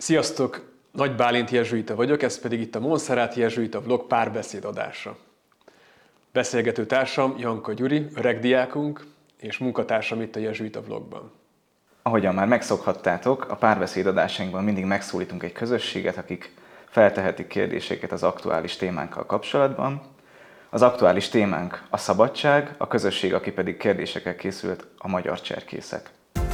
Sziasztok! Nagy Bálint jezsuita vagyok, ez pedig itt a Monserrat Jezsuita Vlog párbeszéd adása. Beszélgető társam Janka Gyuri, öreg diákunk, és munkatársam itt a Jezsuita Vlogban. Ahogyan már megszokhattátok, a párbeszéd adásainkban mindig megszólítunk egy közösséget, akik feltehetik kérdéseket az aktuális témánkkal kapcsolatban. Az aktuális témánk a szabadság, a közösség, aki pedig kérdésekkel készült, a magyar cserkészek.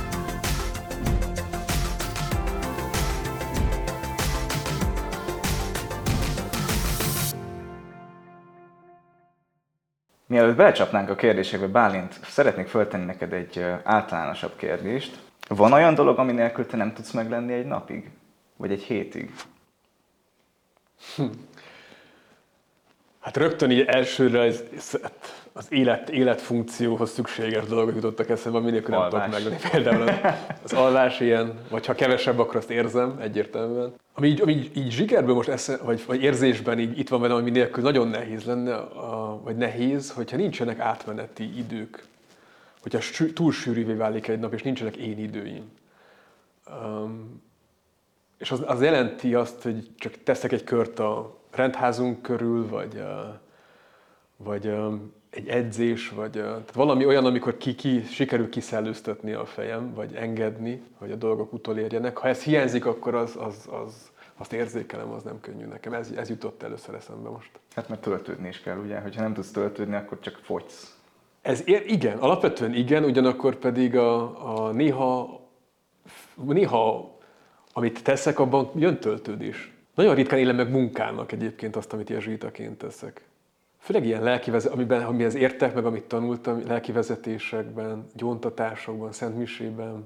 Mielőtt belecsapnánk a kérdésekbe, Bálint, szeretnék föltenni neked egy általánosabb kérdést. Van olyan dolog, ami nélkül te nem tudsz meglenni egy napig? Vagy egy hétig? Hát rögtön így elsőre az életfunkcióhoz szükséges dolgok jutottak eszembe, aminélkül nem tudok meglenni. Például az alvás ilyen, vagy ha kevesebb, akkor azt érzem egyértelműen. Ami így zsigerből most vagy érzésben így itt van velem, ami nélkül nagyon nehéz lenne, vagy nehéz, hogyha nincsenek átmeneti idők. Hogyha túl sűrűvé válik egy nap, és nincsenek én időim. És az jelenti azt, hogy csak teszek egy kört a rendházunk körül, vagy egy edzés, vagy tehát valami olyan, amikor sikerül kiszellőztetni a fejem, vagy engedni, hogy a dolgok utolérjenek. Ha ez hiányzik, akkor azt érzékelem, az nem könnyű nekem. Ez jutott először eszembe most. Hát mert töltődni is kell, ugye? Hogyha nem tudsz töltődni, akkor csak fogysz. Igen, alapvetően igen, ugyanakkor pedig néha amit teszek, abban jön töltődés. Nagyon ritkán élem meg munkának egyébként azt, amit jezsuitaként teszek. Főleg ilyen amihez értek, meg amit tanultam, lelkivezetésekben, gyóntatásokban, szentmisében.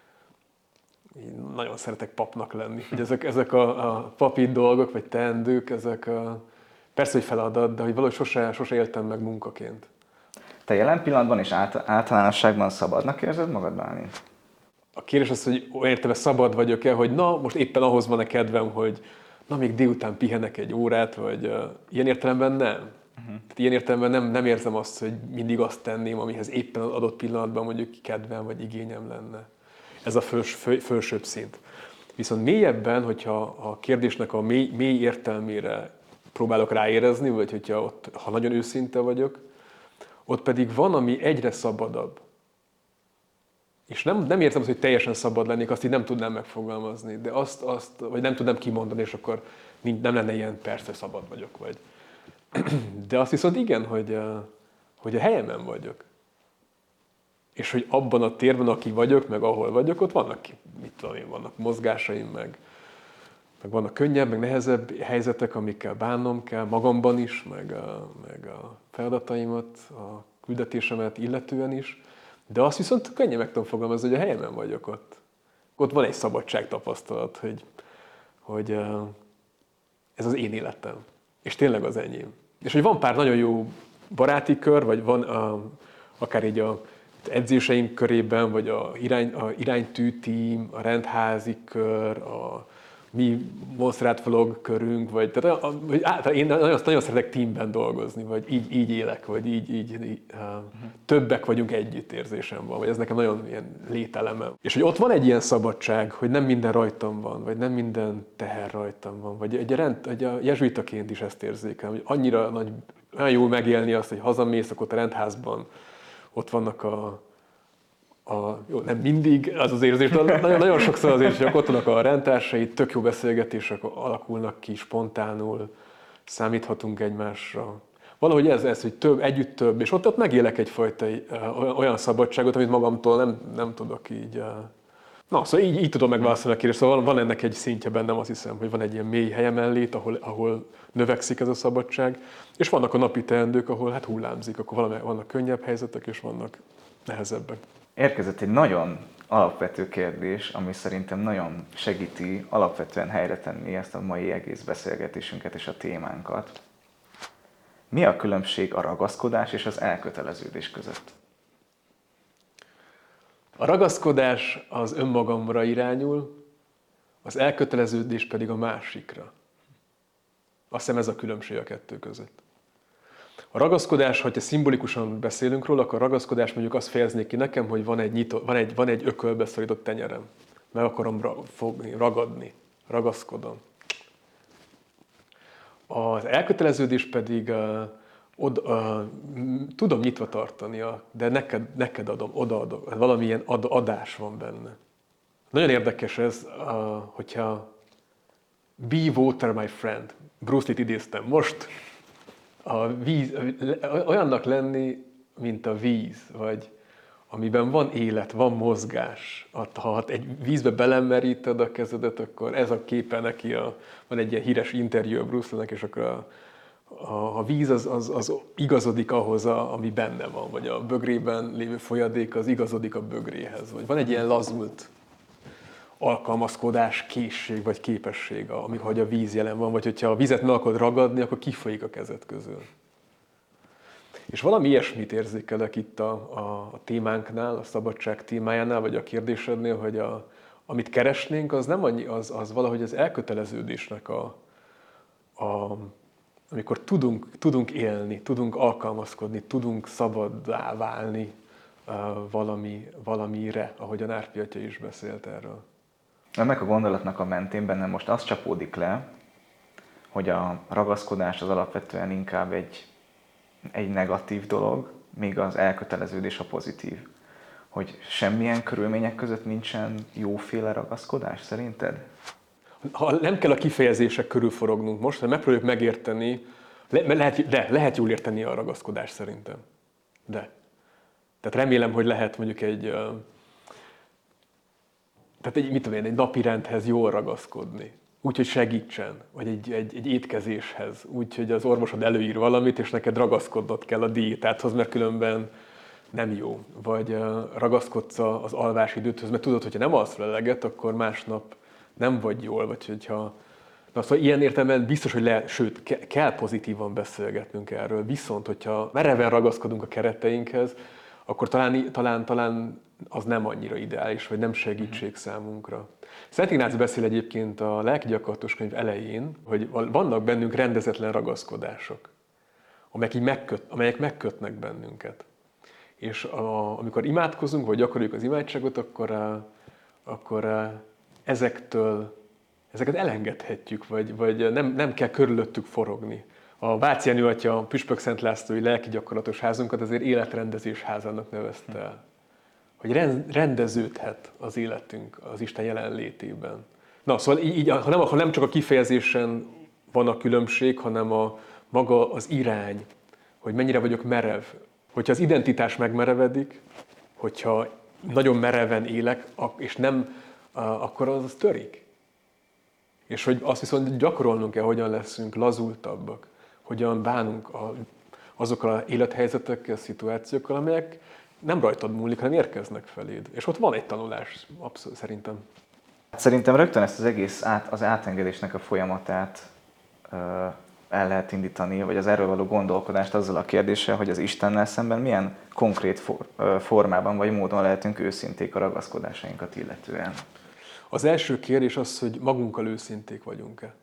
Én nagyon szeretek papnak lenni. Ezek a papi dolgok, vagy teendők, persze, hogy feladat, de hogy valahogy sose éltem meg munkaként. Te jelen pillanatban és általánosságban szabadnak érzed magad, Bálint? A kérdés az, hogy értem, szabad vagyok-e, hogy most éppen ahhoz van-e kedvem, hogy még délután pihenek egy órát, vagy ilyen értelemben nem. Tehát ilyen értelemben nem érzem azt, hogy mindig azt tenném, amihez éppen az adott pillanatban mondjuk kedvem vagy igényem lenne. Ez a felsőbb szint. Viszont mélyebben, hogyha a kérdésnek a mély értelmére próbálok ráérezni, vagy ha nagyon őszinte vagyok, ott pedig van, ami egyre szabadabb. És nem érzem azt, hogy teljesen szabad lennék, azt így nem tudnám megfogalmazni, de vagy nem tudnám kimondani, és akkor nem lenne ilyen, persze szabad vagyok, vagy. De azt viszont igen, hogy a helyemen vagyok. És hogy abban a térben, aki vagyok, meg ahol vagyok, ott vannak, vannak mozgásaim, meg vannak könnyebb, meg nehezebb helyzetek, amikkel bánnom kell, magamban is, meg a feladataimat, a küldetésemet illetően is. De azt viszont könnyen meg tudom fogalmazni, hogy a helyemen vagyok ott. Ott van egy szabadságtapasztalat, hogy ez az én életem. És tényleg az enyém. És hogy van pár nagyon jó baráti kör, vagy van akár így az edzéseim körében, vagy a iránytű tím, a rendházi kör, a mi Monserrat Vlog körünk, én nagyon szeretek teamben dolgozni, vagy így élek, vagy így többek vagyunk együtt érzésem van, vagy ez nekem nagyon ilyen lételemem. És hogy ott van egy ilyen szabadság, hogy nem minden rajtam van, vagy nem minden teher rajtam van, vagy a jezsuitaként is ezt érzékelem, hogy olyan jó megélni azt, hogy hazamész, akkor a rendházban ott vannak jó, nem mindig az az érzés, de nagyon sokszor az érzés, hogy ott vannak a rendtársai, tök jó beszélgetések alakulnak ki spontánul, számíthatunk egymásra. Valahogy ez hogy együtt több, és ott megélek egyfajta olyan szabadságot, amit magamtól nem tudok így. Szóval így tudom megválaszolni a kérdést, szóval van ennek egy szintje bennem, azt hiszem, hogy van egy ilyen mély helye mellét, ahol növekszik ez a szabadság, és vannak a napi teendők, ahol hullámzik, akkor vannak könnyebb helyzetek, és vannak nehezebbek. Érkezett egy nagyon alapvető kérdés, ami szerintem nagyon segíti alapvetően helyre tenni ezt a mai egész beszélgetésünket és a témánkat. Mi a különbség a ragaszkodás és az elköteleződés között? A ragaszkodás az önmagamra irányul, az elköteleződés pedig a másikra. Azt hiszem ez a különbség a kettő között. A ragaszkodás, hogyha szimbolikusan beszélünk róla, akkor a ragaszkodás mondjuk azt fejeznék ki nekem, hogy van egy ökölbe szorított tenyerem. Meg akarom ragadni. ragaszkodom. Az elköteleződés pedig tudom nyitva tartani, de neked adom, odaadok, valamilyen adás van benne. Nagyon érdekes ez, hogyha be water, my friend. Bruce Lee-t idéztem most. A víz, olyannak lenni, mint a víz, vagy amiben van élet, van mozgás. Ha egy vízbe belemeríted a kezedet, akkor ez a képe neki, van egy ilyen híres interjú a Bruce Lee-nek, és akkor a víz az igazodik ahhoz, ami benne van, vagy a bögrében lévő folyadék az igazodik a bögréhez. Vagy van egy ilyen lazult alkalmazkodás, készség vagy képesség, amikor a víz jelen van, vagy hogyha a vizet meg akarod ragadni, akkor kifolyik a kezed közül. És valami ilyesmit érzékelek itt a témánknál, a szabadság témájánál, vagy a kérdésednél, hogy amit keresnénk, az nem annyi, az valahogy az elköteleződésnek amikor tudunk élni, tudunk alkalmazkodni, tudunk szabaddá válni valamire, ahogyan Árpi atya is beszélt erről. Ennek a gondolatnak a mentén bennem most az csapódik le, hogy a ragaszkodás az alapvetően inkább egy negatív dolog, míg az elköteleződés a pozitív. Hogy semmilyen körülmények között nincsen jóféle ragaszkodás, szerinted? Ha nem kell a kifejezések körül forognunk most, hanem megpróbáljuk megérteni, lehet jól érteni a ragaszkodást szerintem. De. Tehát remélem, hogy lehet mondjuk egy napirendhez jól ragaszkodni. Úgy, hogy segítsen, vagy egy étkezéshez. Úgy, hogy az orvosod előír valamit, és neked ragaszkodnod kell a diétádhoz, mert különben nem jó. Vagy ragaszkodsz az alvásidőthöz, mert tudod, hogyha nem alszol eleget, akkor másnap nem vagy jól, vagy hogyha... Na, szóval ilyen értelemben biztos, hogy sőt, kell pozitívan beszélgetnünk erről. Viszont, hogyha mereven ragaszkodunk a kereteinkhez, akkor talán az nem annyira ideális, vagy nem segítség számunkra. Szent Ignác beszél egyébként a Lelki Gyakorlatos könyv elején, hogy vannak bennünk rendezetlen ragaszkodások, amelyek megkötnek bennünket. És amikor imádkozunk, vagy gyakoroljuk az imádságot, akkor ezeket elengedhetjük, vagy nem kell körülöttük forogni. A Váci Jenő atya, a Püspök Szent Lászlói Lelki Gyakorlatos Házunkat azért életrendezés házának nevezte el. Hogy rendeződhet az életünk az Isten jelenlétében. Na, szóval ha nem csak a kifejezésen van a különbség, hanem maga az irány, hogy mennyire vagyok merev. Hogyha az identitás megmerevedik, hogyha nagyon mereven élek, és nem, akkor az törik. És hogy azt viszont gyakorolnunk kell, hogyan leszünk lazultabbak, hogyan bánunk azokkal az élethelyzetekkel, szituációkkal, amelyek nem rajtad múlik, hanem érkeznek feléd. És ott van egy tanulás, abszolút, szerintem. Szerintem rögtön ezt az egész az átengedésnek a folyamatát el lehet indítani, vagy az erről való gondolkodást azzal a kérdéssel, hogy az Istennel szemben milyen konkrét formában vagy módon lehetünk őszinték a ragaszkodásainkat illetően. Az első kérdés az, hogy magunkkal őszinték vagyunk-e.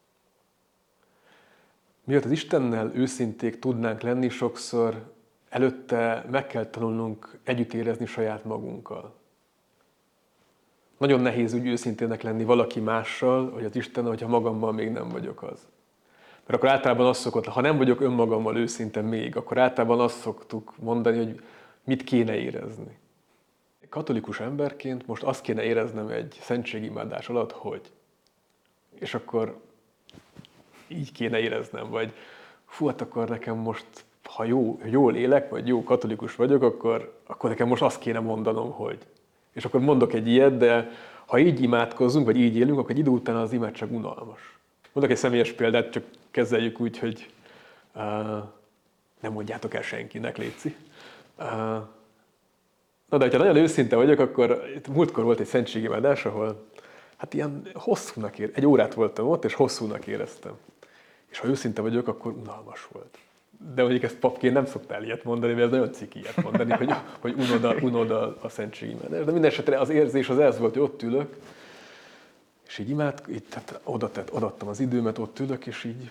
Miatt az Istennel őszinték tudnánk lenni, sokszor előtte meg kell tanulnunk együtt érezni saját magunkkal. Nagyon nehéz úgy őszintének lenni valaki mással, vagy az Istennel, hogyha magammal még nem vagyok az. Mert akkor általában azt szokott, ha nem vagyok önmagammal őszinte még, akkor általában azt szoktuk mondani, hogy mit kéne érezni. Katolikus emberként most azt kéne éreznem egy szentségimádás alatt, hogy. És akkor így kéne éreznem, vagy hát akkor nekem most, ha jól élek, vagy jó katolikus vagyok, akkor nekem most azt kéne mondanom, hogy. És akkor mondok egy ilyet, de ha így imádkozzunk, vagy így élünk, akkor egy idő után az imádság unalmas. Mondok egy személyes példát, csak kezeljük úgy, hogy nem mondjátok el senkinek, létszi. Na de, hogyha nagyon őszinte vagyok, akkor múltkor volt egy szentségimádás, ahol hát ilyen hosszúnak egy órát voltam ott, és hosszúnak éreztem. És ha őszinte vagyok, akkor unalmas volt. De mondjuk ezt papként nem szoktál ilyet mondani, mert ez nagyon ciki ilyet mondani, hogy unod a szentségimádás. De minden esetre az érzés az ez volt, hogy ott ülök, és így tehát odaadtam az időmet, ott ülök, és így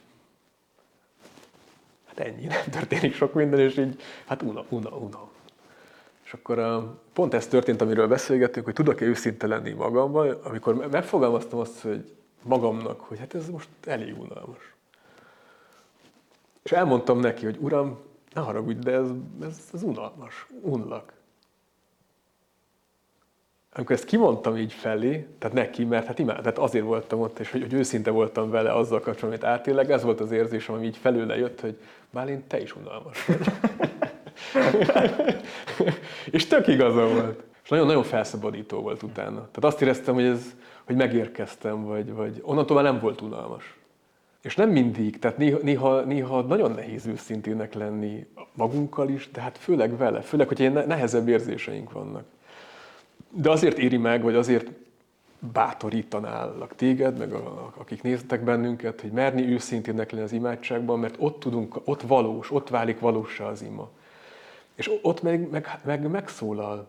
hát ennyi, nem történik sok minden, és így hát unalom. És akkor pont ez történt, amiről beszélgettünk, hogy tudok-e őszinte lenni magammal, amikor megfogalmaztam azt, hogy magamnak, hogy hát ez most elég unalmas. És elmondtam neki, hogy Uram, ne haragudj, de ez unalmas, unlak. Amikor ezt kimondtam így felé, tehát neki, mert hát tehát azért voltam ott, és hogy őszinte voltam vele azzal kapcsolatban, amit átélek, ez volt az érzésem, ami így felőle jött, hogy Bálint, te is unalmas vagy. És tök igaza volt. És nagyon-nagyon felszabadító volt utána. Tehát azt éreztem, hogy megérkeztem, vagy onnantól már nem volt unalmas. És nem mindig, tehát néha nagyon nehéz őszintének lenni magunkkal is, de hát főleg vele, főleg, hogy ilyen nehezebb érzéseink vannak. De azért éri meg, vagy azért bátorítanálak téged, meg akik néztek bennünket, hogy merni őszintének lenni az imádságban, mert ott valós, ott válik valóssá az ima. És ott meg megszólal.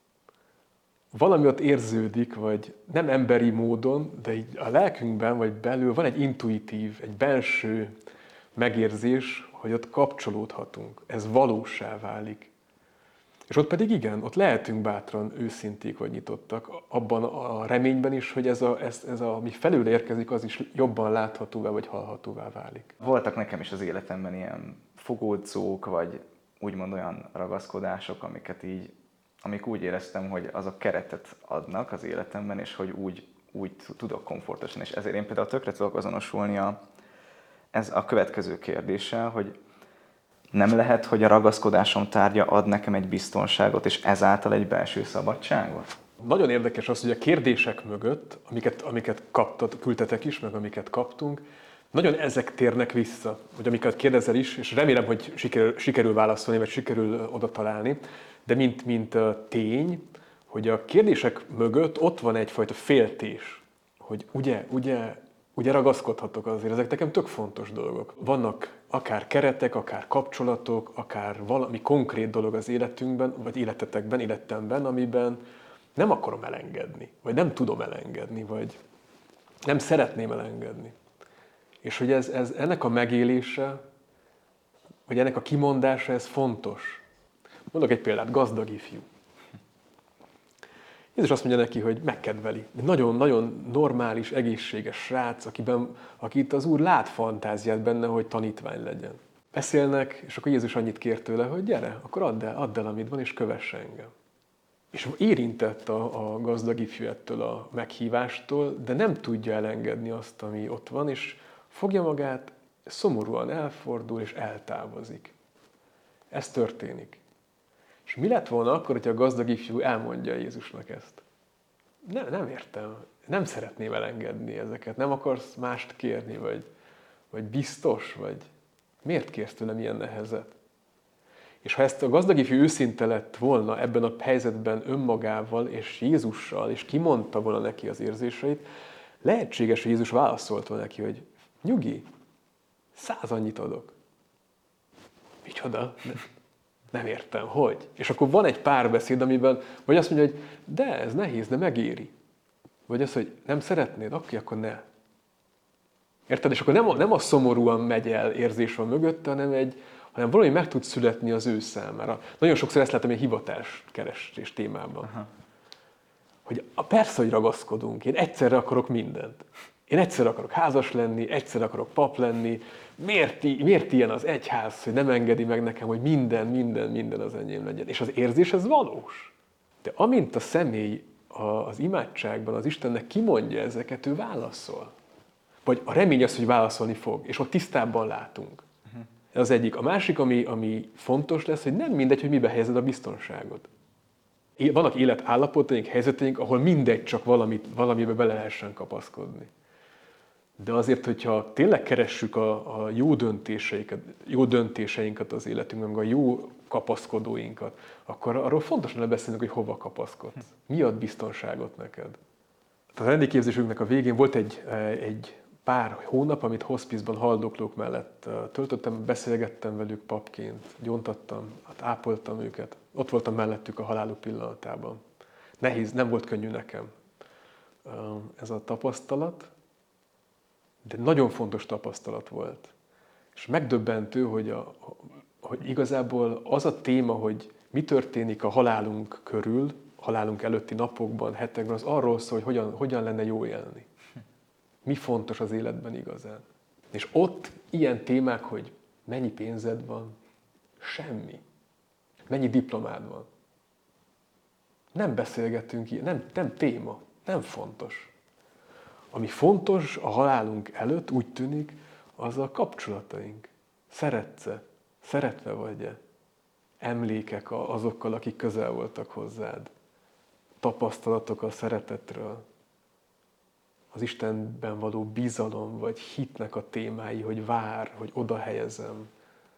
Valami ott érződik, vagy nem emberi módon, de így a lelkünkben, vagy belül van egy intuitív, egy belső megérzés, hogy ott kapcsolódhatunk. Ez valóssá válik. És ott pedig igen, ott lehetünk bátran őszinték vagy nyitottak, abban a reményben is, hogy ez ami felül érkezik, az is jobban láthatóvá vagy hallhatóvá válik. Voltak nekem is az életemben ilyen fogódzók, vagy úgymond olyan ragaszkodások, amik úgy éreztem, hogy azok keretet adnak az életemben, és hogy úgy tudok komfortosan. És ezért én például tökre tudok azonosulni ez a következő kérdéssel, hogy nem lehet, hogy a ragaszkodásom tárgya ad nekem egy biztonságot, és ezáltal egy belső szabadságot? Nagyon érdekes az, hogy a kérdések mögött, amiket küldtetek is, meg amiket kaptunk, nagyon ezek térnek vissza, vagy amiket kérdezel is, és remélem, hogy sikerül válaszolni, vagy sikerül oda találni, de mint tény, hogy a kérdések mögött ott van egyfajta féltés, hogy ugye ragaszkodhatok azért, ezek nekem tök fontos dolgok. Vannak akár keretek, akár kapcsolatok, akár valami konkrét dolog az életünkben, vagy életemben, amiben nem akarom elengedni, vagy nem tudom elengedni, vagy nem szeretném elengedni. És hogy ennek a megélése, vagy ennek a kimondása, ez fontos. Mondok egy példát, gazdag ifjú. Jézus azt mondja neki, hogy megkedveli. Nagyon-nagyon normális, egészséges srác, akit az Úr lát fantáziát benne, hogy tanítvány legyen. Beszélnek, és akkor Jézus annyit kér tőle, hogy gyere, akkor add el, amit van, és kövess engem. És érintett a gazdag ifjú ettől a meghívástól, de nem tudja elengedni azt, ami ott van, és fogja magát, szomorúan elfordul, és eltávozik. Ez történik. És mi lett volna akkor, hogyha a gazdag ifjú elmondja Jézusnak ezt? Nem értem. Nem szeretném elengedni ezeket. Nem akarsz mást kérni, vagy biztos, vagy miért kérsz tőlem ilyen nehezet? És ha ezt a gazdag ifjú őszinte lett volna ebben a helyzetben önmagával és Jézussal, és kimondta volna neki az érzéseit, lehetséges, hogy Jézus válaszolt volna neki, hogy nyugi, 100 annyit adok. Micsoda? Nem értem, hogy? És akkor van egy párbeszéd, amiben vagy azt mondja, hogy de ez nehéz, de megéri. Vagy az, hogy nem szeretnéd, oké, akkor ne. Érted? És akkor nem a szomorúan megy el érzés van mögötte, hanem valami meg tud születni az ő számára. Nagyon sokszor ezt látom egy hivatáskeresés témában. Aha. Hogy persze, hogy ragaszkodunk, én egyszerre akarok mindent. Én egyszerre akarok házas lenni, egyszerre akarok pap lenni. Miért ilyen az egyház, hogy nem engedi meg nekem, hogy minden az enyém legyen? És az érzés, ez valós. De amint a személy az imádságban az Istennek kimondja ezeket, ő válaszol. Vagy a remény az, hogy válaszolni fog, és ott tisztábban látunk. Ez az egyik. A másik, ami fontos lesz, hogy nem mindegy, hogy mibe helyezed a biztonságot. Vannak életállapotaink, helyzeteink, ahol mindegy, csak valamibe bele lehessen kapaszkodni. De azért, hogyha tényleg keressük a jó döntéseinket az életünkben, meg a jó kapaszkodóinkat, akkor arról fontos lenne beszélnünk, hogy hova kapaszkodsz. Mi ad biztonságot neked? A vendégképzésünknek a végén volt egy pár hónap, amit hospice-ban haldoklók mellett töltöttem, beszélgettem velük papként, gyóntattam, ápoltam őket. Ott voltam mellettük a haláluk pillanatában. Nehéz, nem volt könnyű nekem ez a tapasztalat, de nagyon fontos tapasztalat volt. És megdöbbentő, hogy igazából az a téma, hogy mi történik a halálunk körül, halálunk előtti napokban, hetekben, az arról szól, hogy hogyan lenne jó élni. Mi fontos az életben igazán. És ott ilyen témák, hogy mennyi pénzed van, semmi. Mennyi diplomád van. Nem beszélgetünk ilyen, nem téma, nem fontos. Ami fontos a halálunk előtt, úgy tűnik, az a kapcsolataink. Szeretve vagy-e? Emlékek azokkal, akik közel voltak hozzád. Tapasztalatok a szeretetről. Az Istenben való bizalom, vagy hitnek a témái, hogy vár, hogy oda helyezem.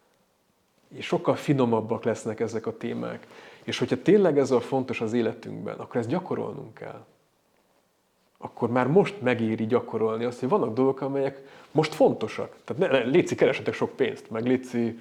És sokkal finomabbak lesznek ezek a témák. És hogyha tényleg ez a fontos az életünkben, akkor ezt gyakorolnunk kell. Akkor már most megéri gyakorolni azt, hogy vannak dolgok, amelyek most fontosak. Tehát létszi, keresetek sok pénzt, meg létszi,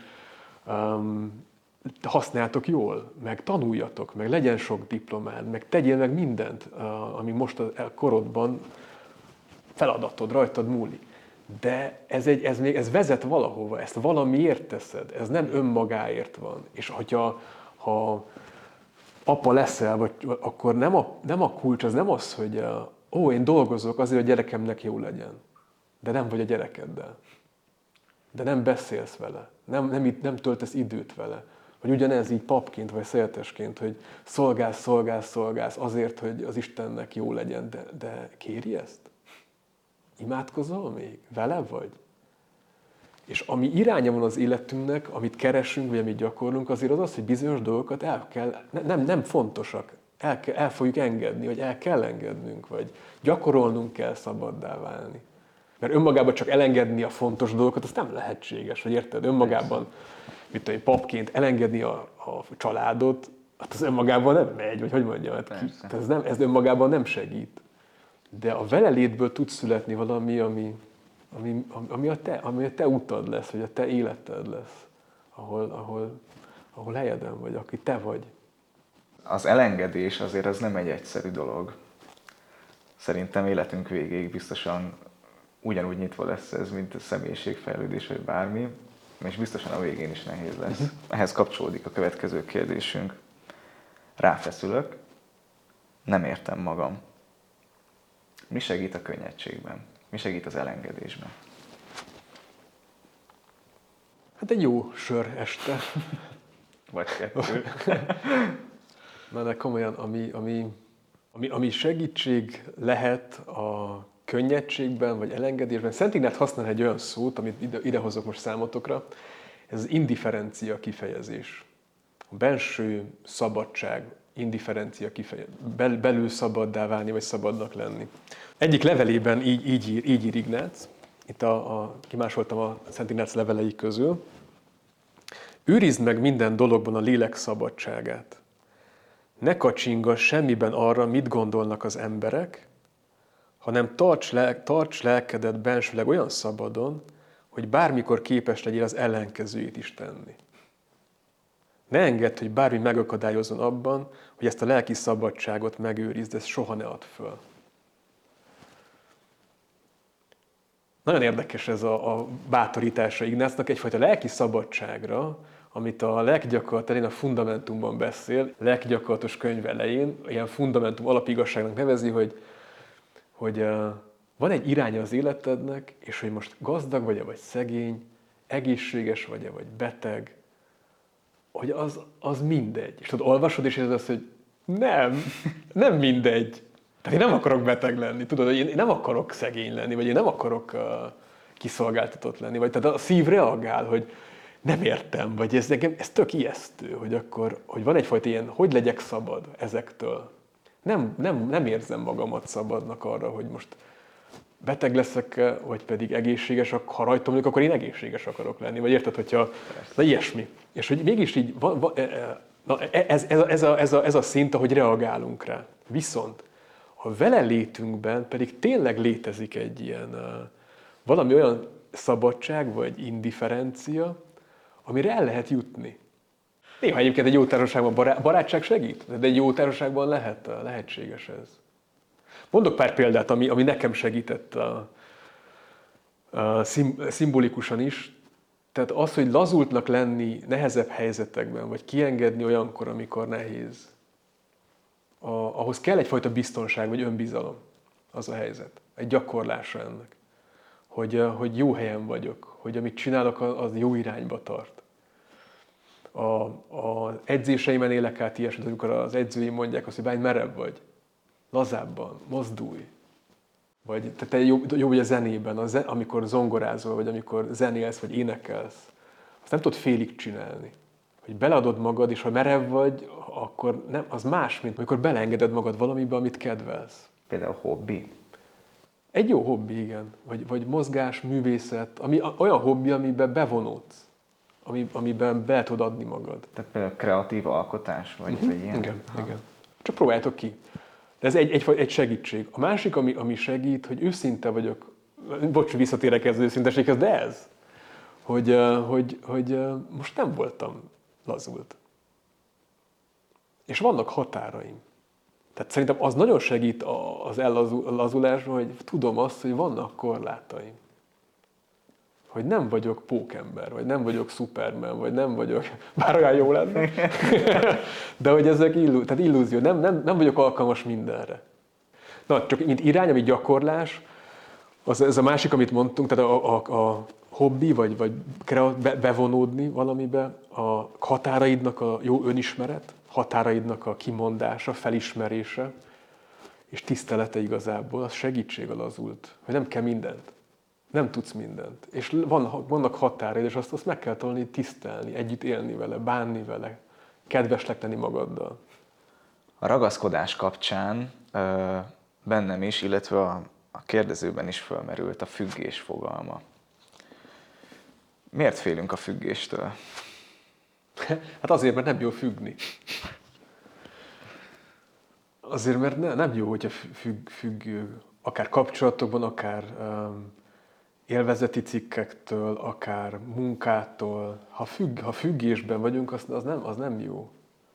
használjátok jól, meg tanuljatok, meg legyen sok diplomád, meg tegyél meg mindent, ami most a korodban feladatod, rajtad múlik. De ez vezet valahova, ezt valamiért teszed, ez nem önmagáért van. És ha apa leszel, akkor nem a kulcs, az nem az, hogy én dolgozok azért, hogy a gyerekemnek jó legyen. De nem vagy a gyerekeddel. De nem beszélsz vele. Nem töltesz időt vele. Vagy ugyanez így papként, vagy szeretesként, hogy szolgálsz azért, hogy az Istennek jó legyen. De kéri ezt? Imádkozol még? Vele vagy? És ami iránya van az életünknek, amit keresünk, vagy amit gyakorlunk, azért az, hogy bizonyos dolgokat nem fontosak. El fogjuk engedni, vagy el kell engednünk, vagy gyakorolnunk kell szabaddá válni. Mert önmagában csak elengedni a fontos dolgokat, az nem lehetséges, vagy érted? Önmagában, papként elengedni a családot, hát az önmagában nem megy, vagy hogy mondjam, ez önmagában nem segít. De a velelétből tud születni valami, ami a te utad lesz, vagy a te életed lesz, ahol helyeden vagy, aki te vagy. Az elengedés azért az nem egy egyszerű dolog. Szerintem életünk végéig biztosan ugyanúgy nyitva lesz ez, mint a személyiségfejlődés, vagy bármi, és biztosan a végén is nehéz lesz. Ehhez kapcsolódik a következő kérdésünk. Ráfeszülök, nem értem magam. Mi segít a könnyedségben? Mi segít az elengedésben? Hát egy jó sör este. Vagy kettő. Na de komolyan, ami segítség lehet a könnyedségben, vagy elengedésben. Szent Ignác használ egy olyan szót, amit idehozok most számotokra, ez az indifferencia kifejezés. A belső szabadság, indifferencia kifejezés. Belül szabaddá válni, vagy szabadnak lenni. Egyik levelében így ír Ignác, itt kimásoltam a Szent Ignác levelei közül. Őrizd meg minden dologban a lélek szabadságát. Ne kacsingass semmiben arra, mit gondolnak az emberek, hanem tarts lelkedet bensőleg olyan szabadon, hogy bármikor képes legyél az ellenkezőjét is tenni. Ne engedd, hogy bármi megakadályozzon abban, hogy ezt a lelki szabadságot megőrizd, ezt soha ne add föl. Nagyon érdekes ez a bátorítása Ignácnak, egyfajta lelki szabadságra, amit a lelkigyakorlat elején a fundamentumban beszél, lelkigyakorlatos könyv elején, ilyen fundamentum alapigazságnak nevezi, hogy van egy iránya az életednek, és hogy most gazdag vagy szegény, egészséges vagy beteg, hogy az mindegy. És tudod, olvasod, és érzed azt, hogy nem mindegy. Tehát én nem akarok beteg lenni, tudod, hogy én nem akarok szegény lenni, vagy én nem akarok kiszolgáltatott lenni, vagy tehát a szív reagál, hogy nem értem, vagy ez tök ijesztő, hogy van egyfajta ilyen, hogy legyek szabad ezektől. Nem érzem magamat szabadnak arra, hogy most beteg leszek, vagy pedig egészséges, ha rajtam vagyok, akkor én egészséges akarok lenni, vagy érted, hogyha na ilyesmi. És hogy mégis így ez a szint, ahogy reagálunk rá. Viszont a vele létünkben pedig tényleg létezik egy ilyen valami olyan szabadság, vagy indifferencia, amire el lehet jutni. Néha egyébként egy jó társaságban barátság segít, de egy jó társaságban lehetséges ez. Mondok pár példát, ami nekem segített szimbolikusan is. Tehát az, hogy lazultnak lenni nehezebb helyzetekben, vagy kiengedni olyankor, amikor nehéz, ahhoz kell egyfajta biztonság, vagy önbizalom az a helyzet. Egy gyakorlása ennek. hogy jó helyen vagyok, hogy amit csinálok, az jó irányba tart. Az edzéseimen élek át ilyesmit, amikor az edzőim mondják azt, hogy bány, merev vagy, lazábban, mozdulj. Vagy te jó vagy a zenében, amikor zongorázol, vagy amikor zenélsz, vagy énekelsz. Azt nem tudod félig csinálni. Hogy beleadod magad, és ha merev vagy, akkor nem, az más, mint amikor beleengeded magad valamibe, amit kedvelsz. Például hobbi. Egy jó hobbi, igen. Vagy mozgás, művészet, olyan hobbi, amiben bevonódsz. Amiben be tudod adni magad. Tehát például kreatív alkotás, vagy ilyen? Igen. Csak próbáljátok ki. De ez egy segítség. A másik, ami segít, hogy őszinte vagyok, bocs, visszatérek ez az őszinteséghez, de ez, hogy most nem voltam lazult. És vannak határaim. Tehát szerintem az nagyon segít az ellazulásban, hogy tudom azt, hogy vannak korlátaim. Hogy nem vagyok pókember, vagy nem vagyok Superman, vagy nem vagyok, bár olyan jó lenne, de hogy ezek tehát illúzió, nem vagyok alkalmas mindenre. Na, csak mint irány, ami gyakorlás, ez a másik, amit mondtunk, tehát a hobbi, vagy bevonódni valamibe, a határaidnak a jó önismeret, határaidnak a kimondása, felismerése, és tisztelete igazából, az segítség a lazult, hogy nem kell mindent. Nem tudsz mindent. És vannak határaid, és azt meg kell tanulni tisztelni, együtt élni vele, bánni vele, kedvesnek lenni magaddal. A ragaszkodás kapcsán bennem is, illetve a kérdezőben is fölmerült a függés fogalma. Miért félünk a függéstől? Hát azért, mert nem jó függni. Azért, mert nem jó, hogyha függő, akár kapcsolatokban, akár élvezeti cikkektől, akár munkától. Ha függésben vagyunk, az nem jó.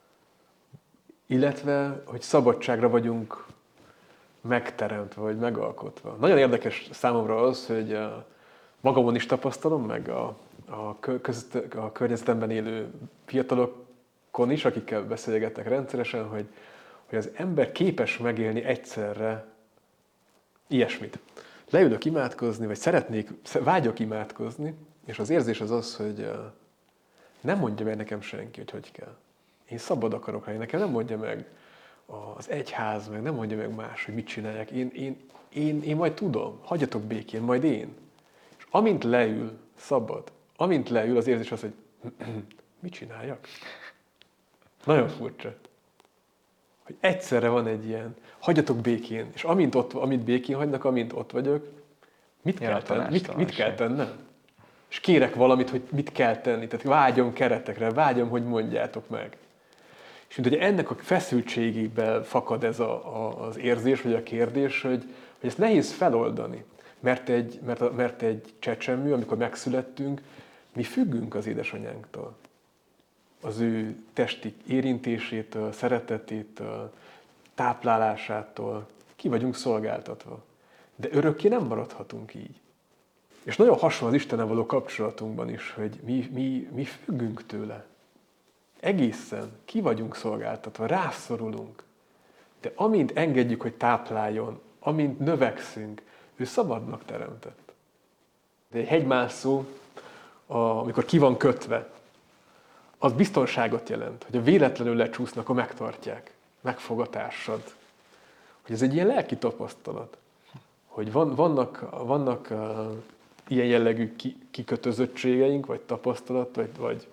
Illetve, hogy szabadságra vagyunk megteremtve, vagy megalkotva. Nagyon érdekes számomra az, hogy magamon is tapasztalom, meg a környezetemben élő fiatalokon is, akikkel beszélgetek rendszeresen, hogy az ember képes megélni egyszerre ilyesmit. Leülök imádkozni, vagy vágyok imádkozni, és az érzés az, hogy nem mondja meg nekem senki, hogy kell. Én szabad akarok lenni, nekem nem mondja meg az egyház, meg nem mondja meg más, hogy mit csinálják. Én majd tudom, hagyjatok békén, majd én. És amint leül, szabad, amint leül, az érzés az, hogy mit csináljak? Nagyon furcsa. Hogy egyszerre van egy ilyen, hagyjatok békén, és amint békén hagynak, amint ott vagyok, mit kell tennem? És kérek valamit, hogy mit kell tenni. Tehát vágyom keretekre, vágyom, hogy mondjátok meg. És mint hogy ennek a feszültségében fakad ez az érzés, vagy a kérdés, hogy ezt nehéz feloldani. Mert egy csecsemő, amikor megszülettünk, mi függünk az édesanyánktól. Az ő testi érintésétől, szeretetétől, táplálásától ki vagyunk szolgáltatva. De örökké nem maradhatunk így. És nagyon hasonló az Istennel való kapcsolatunkban is, hogy mi függünk tőle. Egészen ki vagyunk szolgáltatva, rászorulunk. De amint engedjük, hogy tápláljon, amint növekszünk, ő szabadnak teremtett. De egy hegymászó, amikor ki van kötve, az biztonságot jelent, hogy a véletlenül lecsúsznak, akkor megtartják, megfog a társad. Hogy ez egy ilyen lelki tapasztalat, hogy vannak ilyen jellegű kikötözöttségeink, vagy tapasztalat, vagy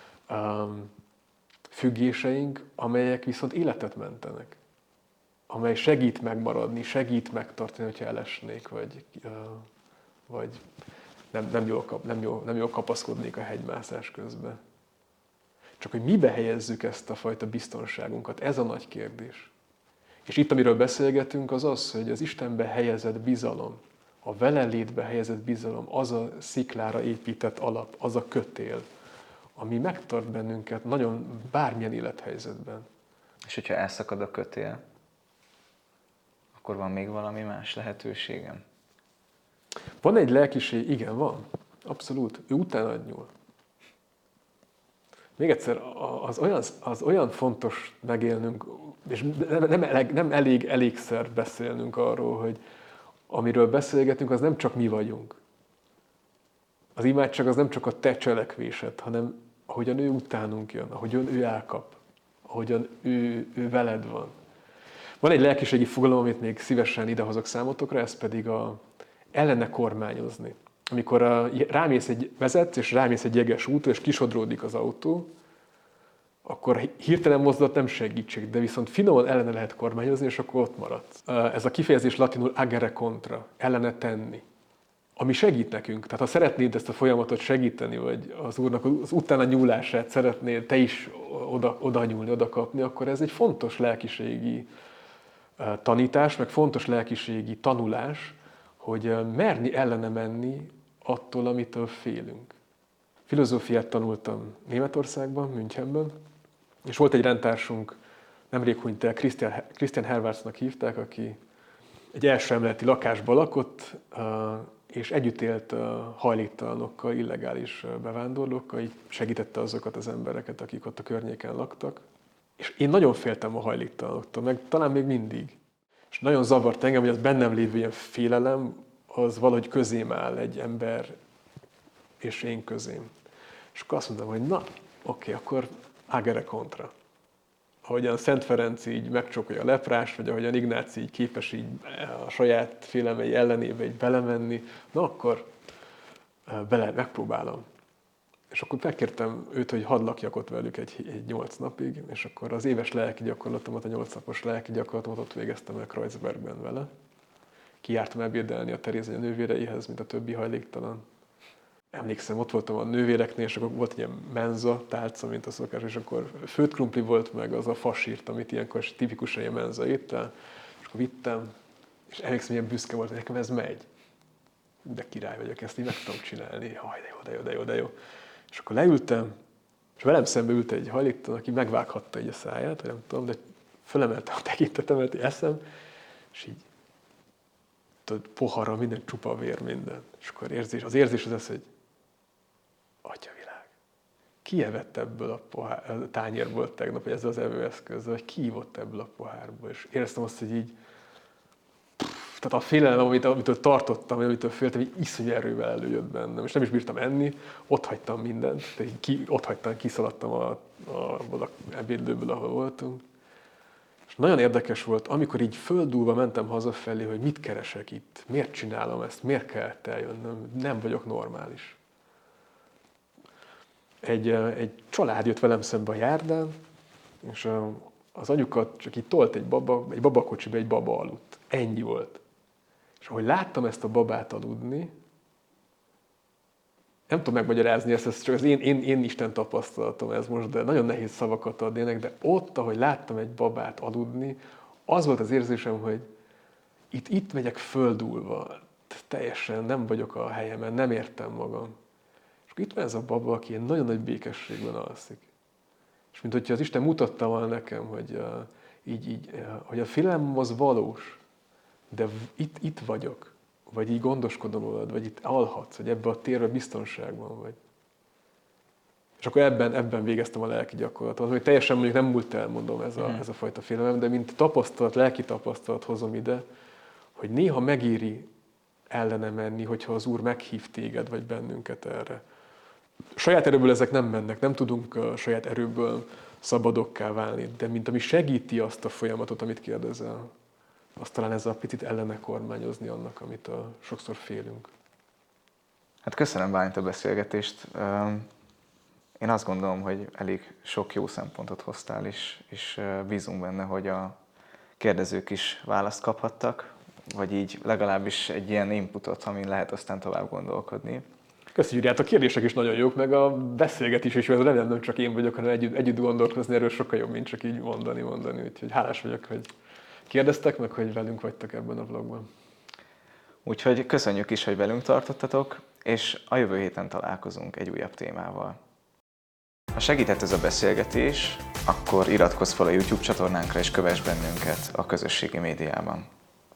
függéseink, amelyek viszont életet mentenek. Amely segít megmaradni, segít megtartani, hogyha elesnék, vagy nem jól kapaszkodnék a hegymászás közben. Csak hogy mibe helyezzük ezt a fajta biztonságunkat, ez a nagy kérdés. És itt, amiről beszélgetünk, az az, hogy az Istenbe helyezett bizalom, a vele létbe helyezett bizalom, az a sziklára épített alap, az a kötél, ami megtart bennünket nagyon bármilyen élethelyzetben. És hogyha elszakad a kötél, akkor van még valami más lehetőségem? Van egy lelkiség, igen, van. Abszolút. Ő utána nyúl. Még egyszer, az olyan fontos megélnünk, és nem elégszer beszélnünk arról, hogy amiről beszélgetünk, az nem csak mi vagyunk. Az imádság az nem csak a te cselekvésed, hanem ahogyan ő utánunk jön, ahogyan ő elkap, ahogyan ő veled van. Van egy lelkiségi fogalom, amit még szívesen idehozok számotokra, ez pedig ellene kormányozni. Amikor vezetsz, és rámész egy jeges útra, és kisodródik az autó, akkor hirtelen mozdulat nem segítség, de viszont finoman ellene lehet kormányozni, és akkor ott maradsz. Ez a kifejezés latinul agere contra, ellene tenni. Ami segít nekünk. Tehát ha szeretnéd ezt a folyamatot segíteni, vagy az Úrnak az utána nyúlását szeretnéd te is oda nyúlni, oda kapni, akkor ez egy fontos lelkiségi tanítás, meg fontos lelkiségi tanulás, hogy merni ellene menni attól, amitől félünk. Filozófiát tanultam Németországban, Münchenben, és volt egy rendtársunk, nemrég hunyt el, Christian Hervartsnak hívták, aki egy első emeleti lakásban lakott, és együtt élt hajléktalanokkal, illegális bevándorlókkal, így segítette azokat az embereket, akik ott a környéken laktak. És én nagyon féltem a hajléktalanoktól, meg talán még mindig. És nagyon zavart engem, hogy az bennem lévő ilyen félelem, az valahogy közém áll egy ember és én közém. És akkor azt mondtam, hogy na, oké, akkor agere contra. Ahogyan Szent Ferenc így megcsókolja a leprást, vagy ahogyan Ignáci így képes így a saját félelmei ellenébe így belemenni, na akkor megpróbálom. És akkor megkértem őt, hogy hadd lakjak ott velük egy 8 napig, és akkor az éves lelki gyakorlatomat, a 8 napos lelki gyakorlatomat ott végeztem el Kreuzbergben vele. Kijártam ebédelni a Terézanya nővéreihez, mint a többi hajléktalan. Emlékszem, ott voltam a nővéreknél, és akkor volt egy ilyen menza tálca, mint a szokás, és akkor főtt krumpli volt, meg az a fasírt, amit ilyenkor tipikusan ilyen menza étel, és akkor vittem, és emlékszem, milyen büszke volt, hogy nekem ez megy. De király vagyok, ezt így meg tudom csinálni. Haj, de jó. És akkor leültem, és velem szembe ült egy hajléktalan, aki megvághatta így a száját, vagy nem tudom, de fölemelte a tekintetemet, hogy eszem, és így poharra minden csupa vér, minden. És akkor az érzés az, hogy Atyavilág, ki evett ebből a tányérból tegnap, vagy ezzel az evőeszközzel, vagy ki ívott ebből a pohárból, és éreztem azt, hogy így, tehát a félelem, amitől tartottam, amitől féltem, így iszonyú erővel előjött bennem, és nem is bírtam enni, ott hagytam mindent, kiszaladtam abból a ebédlőből, ahol voltunk. És nagyon érdekes volt, amikor így földúlva mentem hazafelé, hogy mit keresek itt, miért csinálom ezt, miért kellett eljönnöm, nem vagyok normális. Egy család jött velem szembe a járdán, és az anyukat csak így tolt egy babakocsiba, egy baba aludt. Ennyi volt. És ahogy láttam ezt a babát aludni, nem tudom megmagyarázni ezt, ez csak az én Isten tapasztalatom ez most, de nagyon nehéz szavakat adni ennek, de ott, ahogy láttam egy babát aludni, az volt az érzésem, hogy itt megyek földúlva, teljesen nem vagyok a helyemen, nem értem magam. És itt van ez a baba, aki ilyen nagyon nagy békességben alszik. És mint hogyha az Isten mutatta volna nekem, hogy, hogy a félelem az valós, de itt vagyok. Vagy így gondoskodom rólad, vagy itt alhatsz, vagy ebben a térben biztonságban vagy. És akkor ebben végeztem a lelki gyakorlatot, hogy teljesen mondjuk nem múlt el, mondom, ez a fajta félelem, de mint tapasztalat, lelki tapasztalat hozom ide, hogy néha megéri ellene menni, hogyha az Úr meghív téged, vagy bennünket erre. Saját erőből ezek nem mennek, nem tudunk saját erőből szabadokká válni, de mint ami segíti azt a folyamatot, amit kérdezel, azt talán ezzel a picit ellene kormányozni annak, amit sokszor félünk. Hát köszönöm, Bálint, a beszélgetést. Én azt gondolom, hogy elég sok jó szempontot hoztál, és bízunk benne, hogy a kérdezők is választ kaphattak, vagy így legalábbis egy ilyen inputot, amin lehet aztán tovább gondolkodni. Köszönjük, hát a kérdések is nagyon jók, meg a beszélgetés is, mert remélem nem csak én vagyok, hanem együtt gondolkozni, erről sokkal jobb, mint csak így mondani. Úgyhogy hálás vagyok, hogy kérdeztek meg, hogy velünk vagytok ebben a vlogban. Úgyhogy köszönjük is, hogy velünk tartottatok, és a jövő héten találkozunk egy újabb témával. Ha segített ez a beszélgetés, akkor iratkozz fel a YouTube csatornánkra, és kövess bennünket a közösségi médiában.